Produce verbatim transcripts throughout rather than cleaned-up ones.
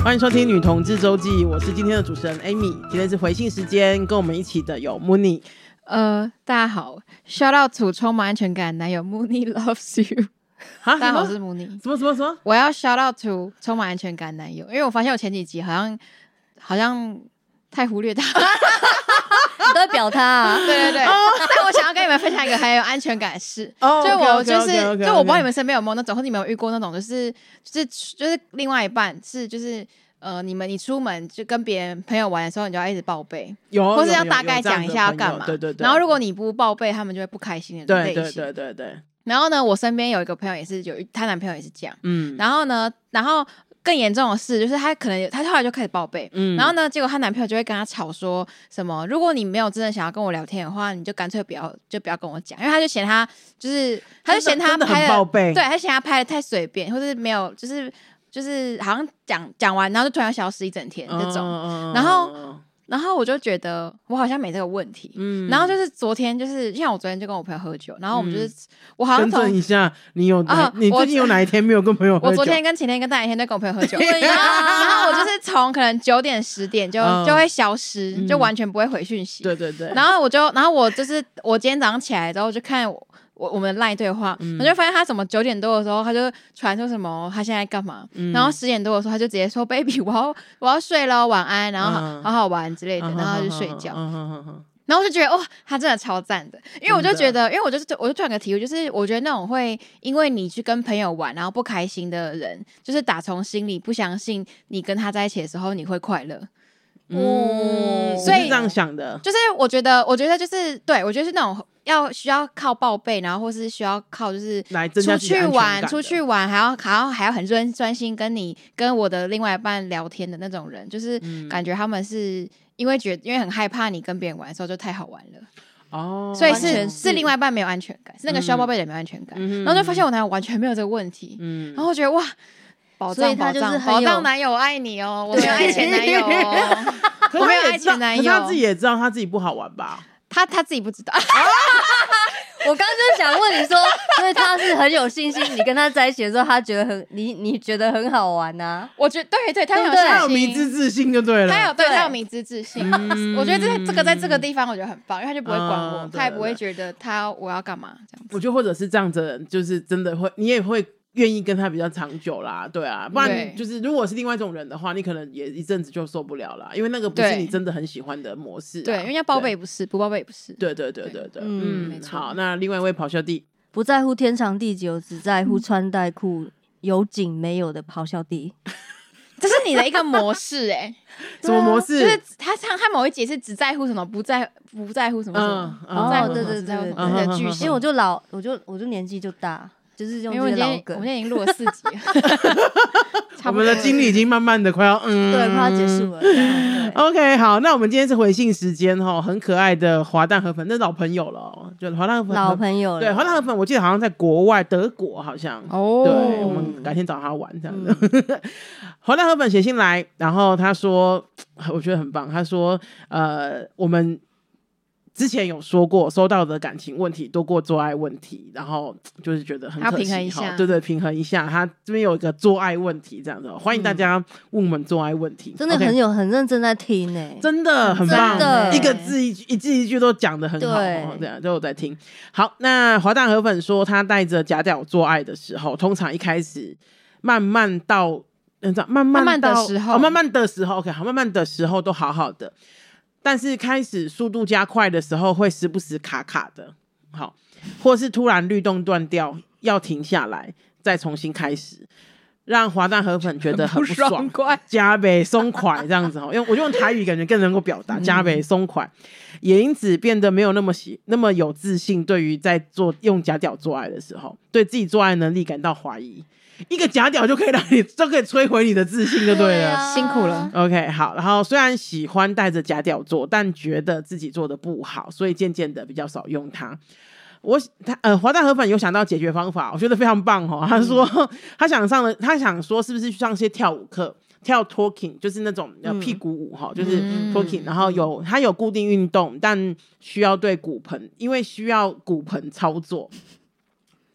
欢迎收听女同志周记，我是今天的主持人 Amy。今天是回信时间，跟我们一起的有 Mooney。 呃，大家好 ，shout out to 充满安全感男友 Mooney loves you。大家好，我是 Mooney。 什么什么什么？ 我要 shout out to 充满安全感男友，因为我发现我前几集好像好像太忽略他。 你都会表他啊， 对对对， oh. 但我想要跟你们分享一个很有安全感的事， oh, 就我就是 okay, okay, okay, okay. 就我不知道你们身边有没有那种，或者你们有遇过那种，就是就是就是另外一半是就是呃，你们你出门就跟别人朋友玩的时候，你就要一直报备， 有， 或是要大概讲一下要干嘛， 对对对。 然后如果你不报备，他们就会不开心的类型， 对对对对对。 然后呢，我身边有一个朋友也是有，她男朋友也是这样， 嗯， 然后呢，然后。更严重的是，就是她可能她后来就开始报备，嗯，然后呢，结果她男朋友就会跟她吵说什么，如果你没有真的想要跟我聊天的话，你就干脆不要就不要跟我讲，因为他就嫌他就是他就嫌他拍的，对，他嫌他拍的太随便，或是没有就是就是好像讲讲完，然后就突然消失一整天这种，嗯、然后。然后我就觉得我好像没这个问题，嗯，然后就是昨天就是像我昨天就跟我朋友喝酒，然后我们就是、嗯、我好像更正一下，你有、啊、你最近有哪一天没有跟朋友喝酒？ 我昨天跟前天跟大前天都跟我朋友喝酒，对呀、啊，然后我就是从可能九点十点就、嗯、就会消失，就完全不会回讯息， 对对对， 然后我就然后我就是我今天早上起来之后就看我。我我们的 LINE 对话，我、嗯、就发现他怎么九点多的时候他就传说什么他现在干嘛、嗯，然后十点多的时候他就直接说 baby 我要我要睡了晚安，然后好、嗯、好好玩之类的，嗯、然后他就睡觉，嗯嗯嗯、然后我就觉得哇他真的超赞的，因为我就觉得因为我就是我就突然个体会，就是我觉得那种会因为你去跟朋友玩然后不开心的人，就是打从心里不相信你跟他在一起的时候你会快乐。 嗯，所以是这样想的， 就是我觉得，我觉得就是对我觉得是那种要需要靠报备，然后或是需要靠就是出去玩，出去玩还要还要还要很专专心跟你跟我的另外一半聊天的那种人，就是感觉他们是因为觉得因为很害怕你跟别人玩的时候就太好玩了。哦，所以是是另外一半没有安全感，是那个需要报备的没有安全感，嗯、然后就发现我男友完全没有这个问题，嗯，然后我觉得哇。宝藏宝藏宝藏男友，我爱你哦！我没有爱前男友哦，我没有爱前男友。 可是他自己也知道他自己不好玩吧？ 他他自己不知道。 我刚刚就想问你说，所以他是很有信心，你跟他在一起的时候，他觉得很你你觉得很好玩呐、啊？ 我觉得对对，他有信心， 他有迷之自信就对了。 他有对，他有迷之自信。嗯、我觉得这这个在这个地方我觉得很棒，因为他就不会管我，嗯、他也不会觉得他我要干嘛这样子。 我觉得或者是这样子的人，就是真的会，你也会。愿意跟他比较长久啦，对啊，不然就是如果是另外一种人的话，你可能也一阵子就受不了啦，因为那个不是你真的很喜欢的模式、啊。 对，因为要报备不是，不报备不是。 对对对对对，嗯，没错。好，那另外一位咆哮帝， 不在乎天长地久，只在乎穿戴裤有紧没有的咆哮帝。 这是你的一个模式哎、欸， 什么模式？ 就是他唱他某一集是只在乎什么，不在不在乎什么什么，嗯、不在乎对对对对对的句型。 因为我就老，我就我就年纪就大。就是用这个老梗， 我们今天已经录了四集了我们的经历已经慢慢的快要嗯， 对，快要结束了。 OK， 好，那我们今天是回信时间哈，很可爱的滑蛋河粉，那老朋友了，就滑蛋河粉老朋友了。 对，滑蛋河粉，我记得好像在国外，德国好像哦。对，我们改天找他玩这样的。嗯、滑蛋河粉写信来，然后他说，我觉得很棒，他说，呃，我们。之前有说过，收到的感情问题多过做爱问题，然后就是觉得很可惜， 平衡一下， 对对，平衡一下。他这边有一个做爱问题，这样的，欢迎大家问我们做爱问题， 嗯、真的很有、okay? 很认真在听呢、欸， 真的很棒，一个字一句一字一句都讲得很好，这样就我在听。好，那滑蛋河粉说，他带着假屌做爱的时候，通常一开始慢慢到，嗯，慢慢到慢慢的时候、 哦，慢慢的时候 ，OK， 好，慢慢的时候都好好的。但是开始速度加快的时候，会时不时卡卡的，好，或是突然律动断掉，要停下来，再重新开始，让滑蛋河粉觉得很不爽，加倍松快这样子哈，用我用台语感觉更能够表达加倍松快，也因此变得没有那么喜那么有自信，对于在做用假屌做爱的时候，对自己做爱能力感到怀疑。一个假屌就可以让你就可以摧毁你的自信就对了、 啊、辛苦了 OK 好，然后虽然喜欢带着假屌做，但觉得自己做的不好，所以渐渐的比较少用它。我他呃滑蛋河粉有想到解决方法，我觉得非常棒哦。他说、嗯、他想上了，他想说是不是去上些跳舞课，跳 talking 就是那种屁股舞哈、嗯，就是 talking，、嗯、然后有他有固定运动，但需要对骨盆，因为需要骨盆操作。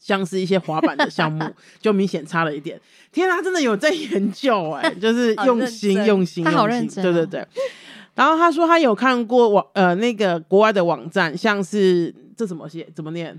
像是一些滑板的项目就明显差了一点。天啊，他真的有在研究哎、欸，就是用心用心， 他好认真、 哦，对对对。然后他说他有看过网呃那个国外的网站，像是这怎么写怎么念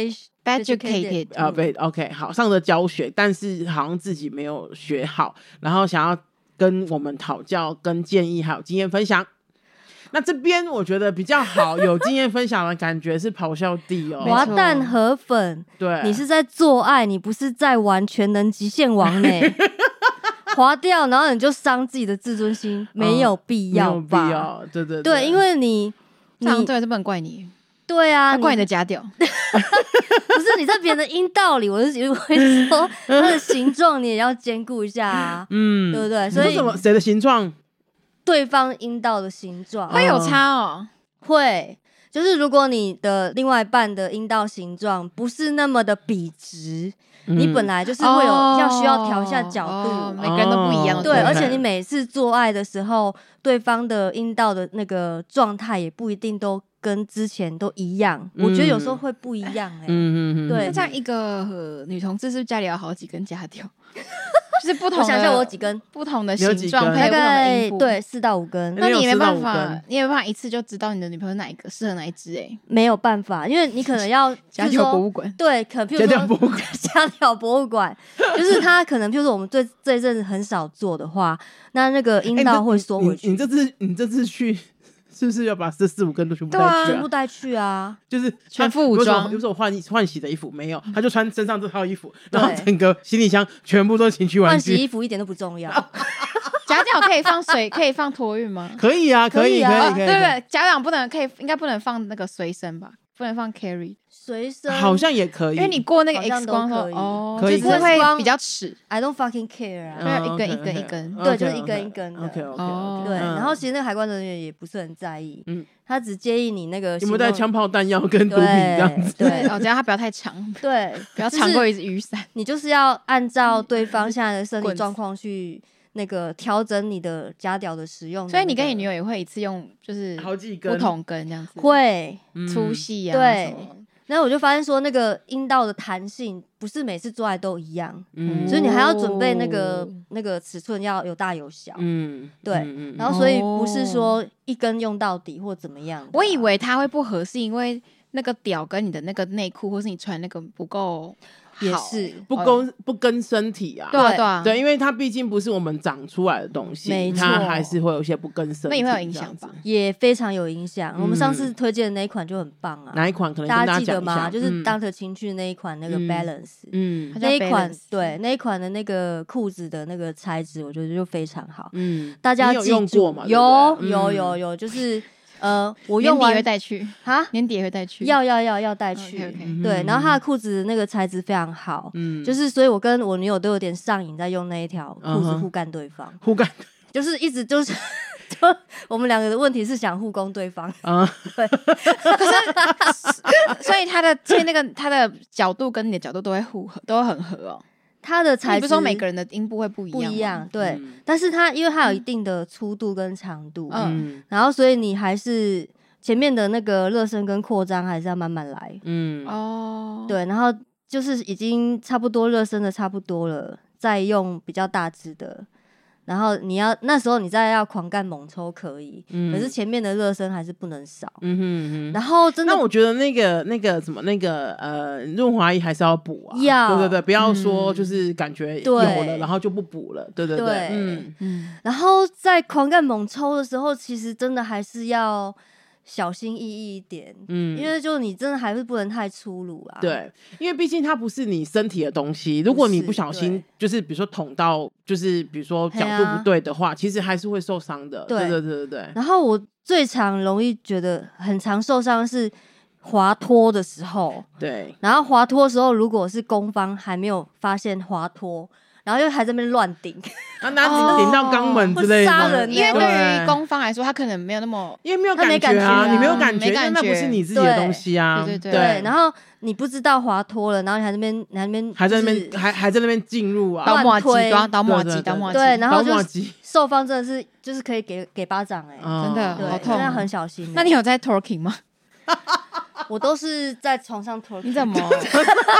？Beducated 啊，对 ，OK 好上的教学，但是好像自己没有学好，然后想要跟我们讨教、跟建议还有经验分享。那这边我觉得比较好有经验分享的感觉是咆哮帝哦， 滑蛋河粉， 对， 你是在做爱，你不是在玩全能极限王呢。滑掉，然后你就伤自己的自尊心，没有必要吧？ 没有必要，对对对, 对，因为你这样对，这不能怪你。 对啊， 怪你的假屌。 不是你在别人的阴道里，我是会说它的形状你也要兼顾一下啊，嗯，对不对？所以什么谁的形状？ 对方阴道的形状会有差哦， 会。就是如果你的另外一半的阴道形状不是那么的笔直，嗯、你本来就是会有要需要调一下角度、 哦哦，每个人都不一样。 对，而且你每次做爱的时候，对方的阴道的那个状态也不一定都跟之前都一样，嗯、我觉得有时候会不一样哎、欸。嗯嗯对， 那这样一个、呃、女同志是不是家里有好几根假屌？就是不同的， 我想想我有几根不同的形状，配不同的阴部， 对，四到五根。 那你也没办法，你也没办法一次就知道你的女朋友哪一个适合哪一支哎、欸， 没有办法，因为你可能要家屌博物馆， 对，可能譬如说家屌博物馆， 家屌博物馆，就是他可能譬如说我们这这一阵子很少做的话，那那个阴道会缩回去。 欸、你, 你, 你这次你这次去。是不是要把这四五根都全部带去、啊？ 全部带去啊！ 就是全副武装。 比如说我换换洗的衣服没有，他就穿身上这套衣服，然后整个行李箱全部都是情趣玩具。 换洗衣服一点都不重要。 假屌可以放水，可以放托运吗？ 可以啊，可以，可以，可以。 哦、对对对，假屌不能，可以，应该不能放那个随身吧？不能放 carry。 随身好像也可以， 因为你过那个 X 光后哦， 可以， 就是会比较耻。 I don't fucking care 啊， 就一根一根一根， 对，就是一根一根的。 OK OK， 对。然后其实那个海关人员也不是很在意，嗯，他只介意你那个有没有带枪炮弹药跟毒品这样子。 对， 哦，只要它不要太长， 对， 不要长过一只雨伞。 你就是要按照对方现在的生理状况去那个调整你的假屌的使用。 所以你跟你女友也会一次用，就是好几根不同根这样子， 会粗细啊， 对。然后我就发现说，那个阴道的弹性不是每次做爱都一样，嗯，所以你还要准备那个那个尺寸要有大有小，嗯，对，嗯、然后所以不是说一根用到底或怎么样、啊。 我以为它会不合适，因为那个屌跟你的那个内裤或是你穿那个不够。 也是不跟不跟身体啊， 对啊对啊， 对，因为它毕竟不是我们长出来的东西， 没错， 它还是会有一些不跟身体， 那也会有影响吧？ 也非常有影响。嗯、我们上次推荐的那一款就很棒啊， 哪一款？可能大家记得吗？ 嗯、 就是 Doctor 情趣那一款那个 Balance， 嗯， 那一款对那一款的那个裤子的那个材质，我觉得就非常好。嗯，大家有用过吗？ 有有有有，就是。呃，我用完年底会带去啊， 年底也会带去， 要要要要带去， okay, okay. 对。然后它的裤子那个材质非常好，嗯，就是所以我跟我女友都有点上瘾，在用那一条裤子互干对方， 互干， 就是一直就是就我们两个的问题是想互攻对方啊，对。 可是所以它的所以那个它的角度跟你的角度都会互合，都会很合哦。 它的材质不是说每个人的阴部会不一样， 不一样，对。嗯、但是它因为它有一定的粗度跟长度，嗯，然后所以你还是前面的那个热身跟扩张还是要慢慢来，嗯，哦，对。然后就是已经差不多热身的差不多了，再用比较大支的。然后你要那时候你再要狂干猛抽可以，嗯、可是前面的热身还是不能少。嗯哼嗯哼。然后真的， 那我觉得那个那个什么那个呃润滑液还是要补啊， 要对对对，不要说就是感觉有了、嗯、然后就不补了，对对对， 对嗯嗯。然后在狂干猛抽的时候，其实真的还是要小心翼翼一点，嗯，因为就你真的还是不能太粗鲁啊。 对，因为毕竟它不是你身体的东西，如果你不小心就是比如说捅到，就是比如说角度不对的话，啊、其实还是会受伤的。对对对对对。 然后我最常容易觉得很常受伤是滑脱的时候， 对。 然后滑脱的时候，如果是攻方还没有发现滑脱。然后又还在那边乱顶， 啊，拿顶顶到肛门之类的， 杀人。 因为对于攻方来说，他可能没有那么， 因为没有感觉啊，你没有感觉，因为那不是你自己的东西啊， 对对对。然后你不知道滑脱了，然后你还在那边，你还在那边， 还在那边，还还在那边进入啊， 倒马机，倒马机，倒马机， 对，然后就受方真的是就是可以给给巴掌哎， 真的好痛， 真的很小心。 那你有在 twerking 吗？ 我都是在床上 twerking， 你怎么？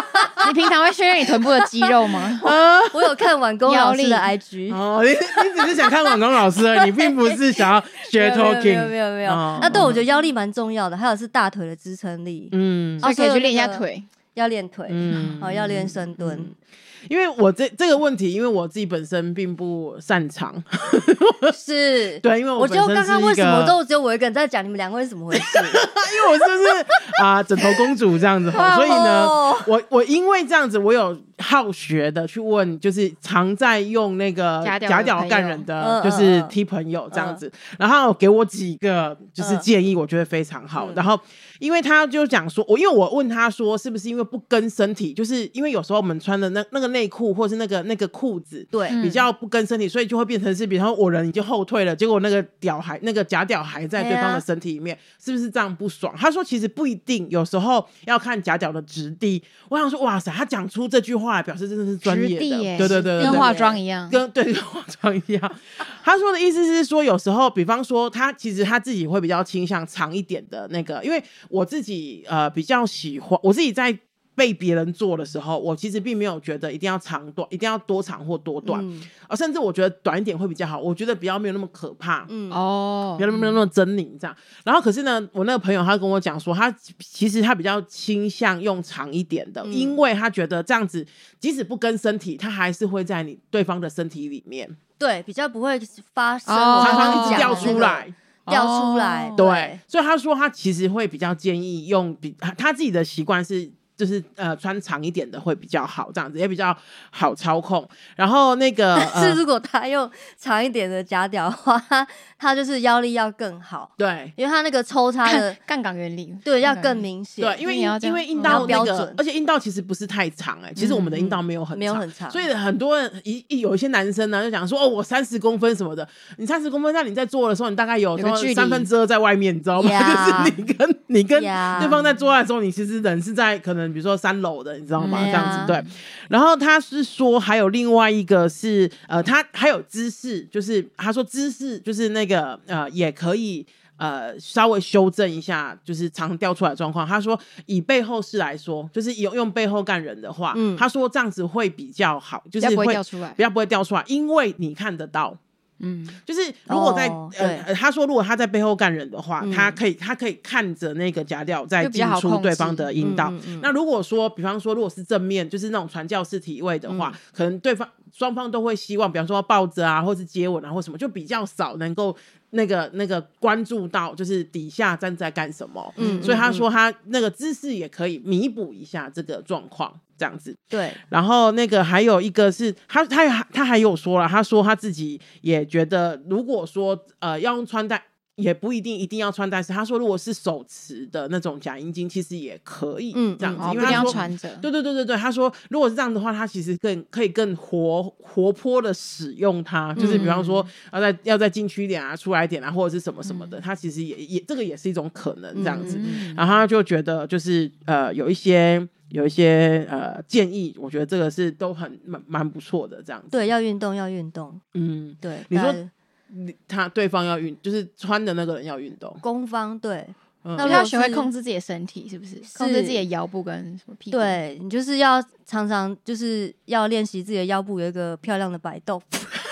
你平常会训练你臀部的肌肉吗？ 呃，我有看婉公老师的 I G 哦，你你只是想看婉公老师而已，你并不是想要学 talking。 没有没有没有。哦、那对我觉得腰力蛮重要的，还有是大腿的支撑力。 嗯，所以可以去练一下腿， 要练腿，嗯，好、哦，要练深蹲。嗯因为我这这个问题，因为我自己本身并不擅长， 是对，因为我我就刚刚为什么都只有我一个人在讲，你们两个是怎么回事？因为我就是啊枕头公主这样子，所以呢，我我因为这样子，我有好学的去问，就是常在用那个假屌干人的，就是踢朋友这样子，嗯嗯、然后给我几个就是建议，我觉得非常好。嗯、然后因为他就讲说，我因为我问他说，是不是因为不跟身体，就是因为有时候我们穿的那那个内裤或是那个那个裤子， 对， 比较不跟身体，所以就会变成是，比方说我人已经后退了，结果那个屌还那个假屌还在对方的身体里面，是不是这样不爽？他说其实不一定，有时候要看假屌的质地。我想说，哇塞，他讲出这句话来，表示真的是专业的，对对对对， 跟化妆一样， 跟对跟化妆一样。他说的意思是说，有时候，比方说他其实他自己会比较倾向长一点的那个，因为我自己呃比较喜欢，我自己在被别人做的时候，我其实并没有觉得一定要长短，一定要多长或多短，嗯呃、甚至我觉得短一点会比较好，我觉得比较没有那么可怕，嗯哦，比较没有那么狰狞这样。然后可是呢，我那个朋友他跟我讲说，他其实他比较倾向用长一点的，嗯、因为他觉得这样子即使不跟身体，他还是会在你对方的身体里面， 对，比较不会发生常常一直掉出来。 掉出来， 哦、对，所以他说他其实会比较建议用比他自己的习惯是。就是呃穿长一点的会比较好，这样子也比较好操控。然后那个但是如果他用长一点的假屌的话，他, 他就是腰力要更好， 对， 因为他那个抽插的杠杆原理， 对，要更明显。 对，因为因为阴道那个，而且阴道其实不是太长哎、欸，其实我们的阴道没有很长， 没有很长， 所以很多人一一有一些男生呢就讲说哦，我三十公分什么的，你三十公分，那你在做的时候，你大概有三分之二在外面，你知道吗？ Yeah. 就是你跟你跟对方在做爱的时候，你其实人是在可能比如说三楼的。你知道吗？ Yeah. 这样子对，然后他是说还有另外一个是呃，他还有姿势，就是他说姿势就是那个呃，也可以呃稍微修正一下，就是常掉出来的状况。他说以背后式来说，就是用用背后干人的话，嗯、他说这样子会比较好，就是会比较不会掉出来， 比较不会掉出来，因为你看得到。嗯，就是如果在、哦、呃，他说如果他在背后干人的话，嗯、他可以他可以看着那个假屌在进出对方的阴道。嗯嗯嗯、那如果说，比方说如果是正面，就是那种传教士体位的话，嗯、可能对方双方都会希望，比方说抱着啊，或是接吻啊，或什么，就比较少能够那个那个关注到，就是底下站在干什么。嗯，所以他说他那个姿势也可以弥补一下这个状况。这样子对， 然后那个还有一个是他他他还有说了，他说他自己也觉得，如果说呃要用穿戴，也不一定一定要穿戴式。他说如果是手持的那种假阴茎，其实也可以这样子，嗯、因为他说穿着， 对对对对对，他说如果是这样的话，他其实更可以更活活泼的使用它，就是比方说要再要再进去一点啊，出来一点啊，或者是什么什么的，他、嗯、其实也也这个也是一种可能这样子。嗯、然后他就觉得就是呃有一些。有一些呃建议，我觉得这个是都很蛮蛮不错的，这样子。 对，要运动，要运动。 嗯， 对。 你说他对方要运，就是穿的那个人要运动。 攻方对， 嗯、那要学会控制自己的身体，是不是？是控制自己的腰部跟什么屁股？ 对，你就是要常常就是要练习自己的腰部有一个漂亮的摆动。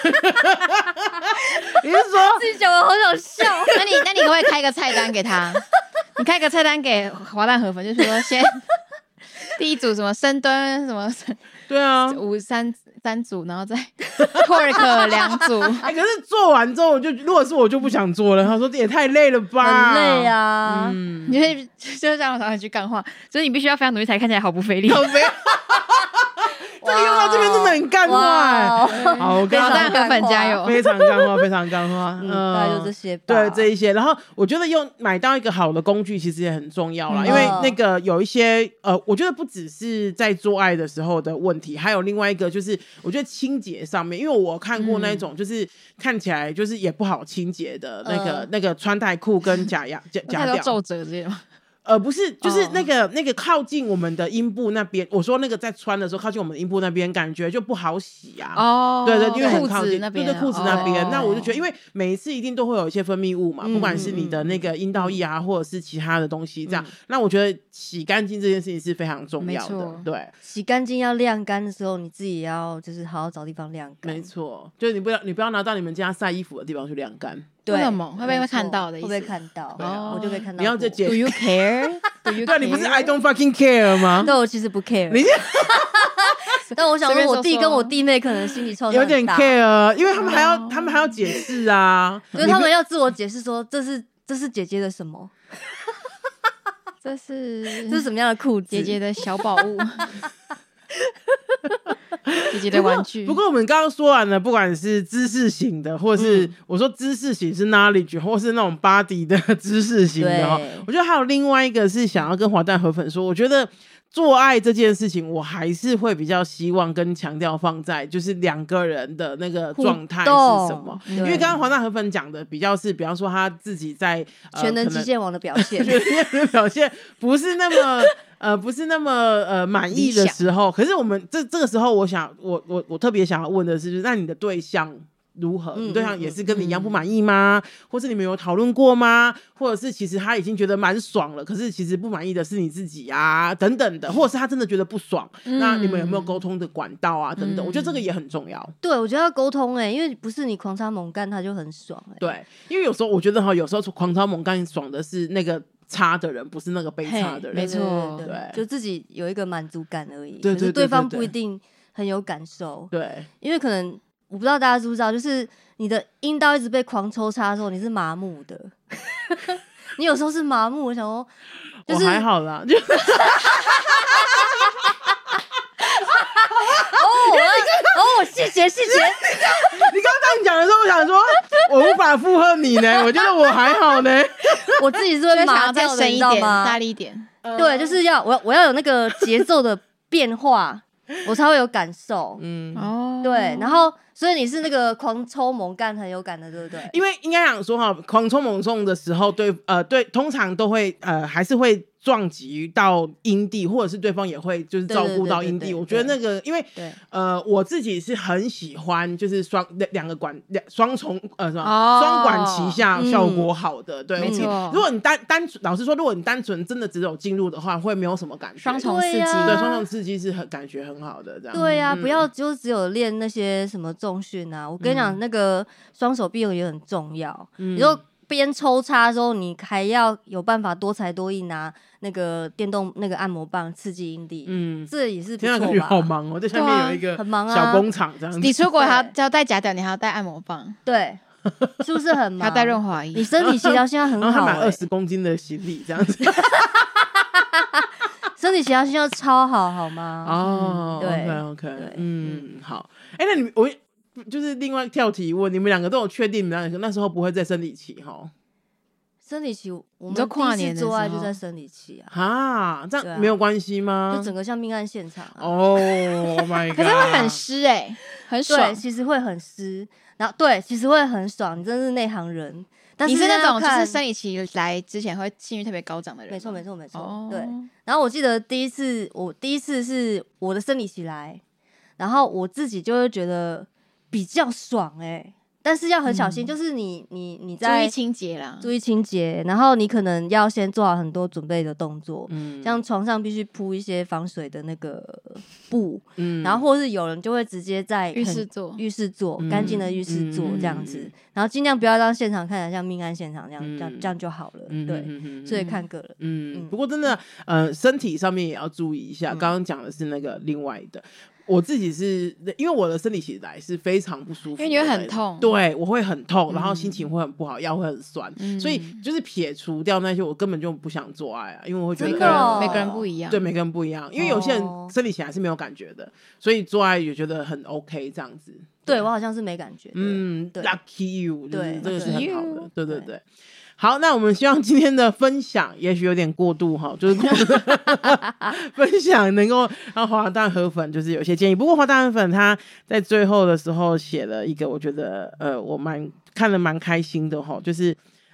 你是说自己讲我好想笑？ 那你那你可不可以开个菜单给他？你开个菜单给滑蛋河粉，就是说先。第一组什么深蹲什么， 对啊， 五三三组，然后再 work 两组。 哎、欸，可是做完之后，就如果是我就不想做了。他说也太累了吧， 很累啊。 嗯，你会就是这样常常去干话，所以你必须要非常努力才看起来毫不费力。 好费。这个用到这边真的很干话、欸，好，我跟滑蛋河粉加油， 非常干话，非常干话， 嗯，嗯大概就这些吧， 对这一些。然后我觉得用买到一个好的工具其实也很重要啦，嗯、因为那个有一些呃，我觉得不只是在做爱的时候的问题，还有另外一个就是我觉得清洁上面，因为我看过那种就是看起来就是也不好清洁的那个、嗯、那个穿戴裤跟假牙假假屌皱褶之类的吗？ 呃，不是，就是那个、oh. 那个靠近我们的阴部那边，我说那个在穿的时候靠近我们的阴部那边，感觉就不好洗啊。哦、oh, ，对对，因为很靠近，对对，裤子那边。Oh. 那我就觉得，因为每一次一定都会有一些分泌物嘛，嗯、不管是你的那个阴道液啊，嗯、或者是其他的东西，这样。嗯、那我觉得洗干净这件事情是非常重要的。对， 洗干净要晾干的时候，你自己也要就是好好找地方晾干。 没错，就是你不要你不要拿到你们家晒衣服的地方去晾干。 对，会不会看到的意思？ 会不会看到？哦，我就会看到。 你要再解 ，Do you care？ Do you care？ 对，你不是 I don't fucking care 吗？ 对，我其实不 care。 你， 但我想说，我弟跟我弟妹可能心里创伤有点 care， 因为他们还要，哦、他们还要解释啊， 就是他们要自我解释说，这是这是姐姐的什么？ 这是这是什么样的裤子？ 姐姐的小宝物。姐姐的玩具。 不过我们刚刚说完了，不管是知识型的，或是、嗯、我说知识型是 knowledge， 或是那种 body 的知识型的，我觉得还有另外一个是想要跟滑蛋河粉说，我觉得做爱这件事情，我还是会比较希望跟强调放在就是两个人的那个状态是什么。因为刚刚滑蛋河粉讲的比较是，比方说他自己在、 呃、全能极限王的表现， 全能极限王的表现不是那么。呃，不是那么呃满意的时候，可是我们这这个时候，我想我我我特别想要问的是，就是那你的对象如何？嗯、你对象也是跟你一样不满意吗？嗯、或是你们有讨论过吗？或者是其实他已经觉得蛮爽了，可是其实不满意的是你自己啊，等等的，或者是他真的觉得不爽，嗯、那你们有没有沟通的管道啊？等等，嗯、我觉得这个也很重要。 对，我觉得要沟通哎、欸，因为不是你狂插猛干他就很爽哎、欸。 对，因为有时候我觉得哈，有时候狂插猛干爽的是那个。插的人不是那个被插的人， 没错，对，就自己有一个满足感而已。对对对对对，可是对方不一定很有感受。 对， 因为可能我不知道大家知不知道，就是你的阴道一直被狂抽插的时候，你是麻木的。你有时候是麻木，我想说，就是、 我还好啦。就哦哦，细节细节。 你刚刚讲的时候，我想说，我无法附和你呢。我觉得我还好呢。 我自己是会麻掉的，你知道吗？ 大力一点。 对，就是要我我要有那个节奏的变化，我才会有感受。嗯，哦，对，然后所以你是那个狂抽猛干很有感的，对不对？ 因为应该讲说哈，狂抽猛冲的时候，对呃对，通常都会呃还是会。撞击到阴蒂，或者是对方也会就是照顾到阴蒂。我觉得那个，因为呃，我自己是很喜欢，就是双两个管两双重呃什么双、哦、管齐下效果好的。嗯、对，没错。如果你单单老实说，如果你单纯真的只有进入的话，会没有什么感觉。 双重刺激， 对，双重刺激是很感觉很好的这样。 对呀、啊嗯，不要就只有练那些什么重训啊。我跟你讲，嗯、那个双手臂也很重要。嗯，你说边抽插的时候，你还要有办法多才多艺拿。那个电动那个按摩棒刺激阴蒂，嗯，这也是不错吧？ 感觉好忙哦，在下面有一个小工厂这样子。 你出国还要要带假屌，你还要带按摩棒， 对，是不是很忙？ 还要带润滑液， 你身体协调现在很好、欸。 然后他买二十公斤的行李这样子， 身体协调现在超好，好吗？ 哦，对 ，OK OK， 嗯，好。哎、欸，那你们我就是另外跳题问，你们两个都有确定你们两个那时候不会在生理期哈？ 生理期，我们第一次做爱就在生理期啊！ 啊，这样没有关系吗？ 就整个像命案现场、啊、 哦、oh, ，My God！ 可是会很湿哎、欸，很爽。 对，其实会很湿，然后对，其实会很爽。你真的是内行人。但是你是那种就是生理期来之前会性欲特别高涨的人？ 没错，没错，没错。Oh. 对。然后我记得第一次，我第一次是我的生理期来，然后我自己就会觉得比较爽哎、欸。但是要很小心，嗯、就是你你你在注意清洁啦， 注意清洁，然后你可能要先做好很多准备的动作，嗯，像床上必须铺一些防水的那个布，嗯，然后或是有人就会直接在浴室做， 浴室做干净的浴室做这样子，嗯、然后尽量不要让现场看起来像命案现场这样，嗯、这样这样就好了，嗯、对，嗯、所以看个人， 嗯，嗯不过真的，呃，身体上面也要注意一下，刚刚讲的是那个另外的。我自己是因为我的生理期来是非常不舒服， 因为你会很痛， 对，我会很痛，然后心情会很不好，腰会很酸，嗯、所以就是撇除掉那些，我根本就不想做爱啊，因为我会觉得、 哦、每个人不一样， 对，每个人不一样，因为有些人生理期还是没有感觉的，所以做爱也觉得很 OK 这样子。 对, 对我好像是没感觉， 嗯 ，Lucky you， 对，这个是很好的，对对 对, 对。 好，那我们希望今天的分享也许有点过度哈，就是分享能够让滑蛋河粉就是有些建议。不过滑蛋河粉他在最后的时候写了一个，我觉得呃我蛮看了蛮开心的哈，就是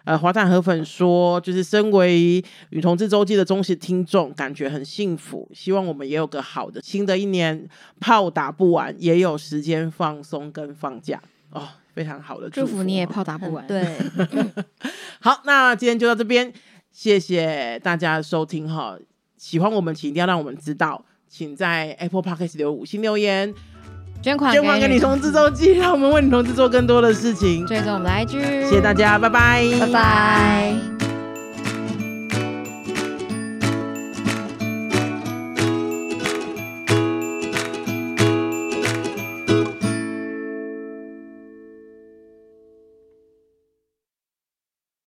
呃，华坦河粉说，就是身为女同志周记的忠实听众，感觉很幸福。希望我们也有个好的新的一年，炮打不完，也有时间放松跟放假哦，非常好的祝福。 祝福你也炮打不完。 对， 好，那今天就到这边，谢谢大家的收听哈。喜欢我们，请一定要让我们知道，请在 Apple Podcast 留五星留言。 捐款捐款给女同志周记，让我们为女同志做更多的事情。 追踪我们的 I G， 谢谢大家，拜拜， 拜拜。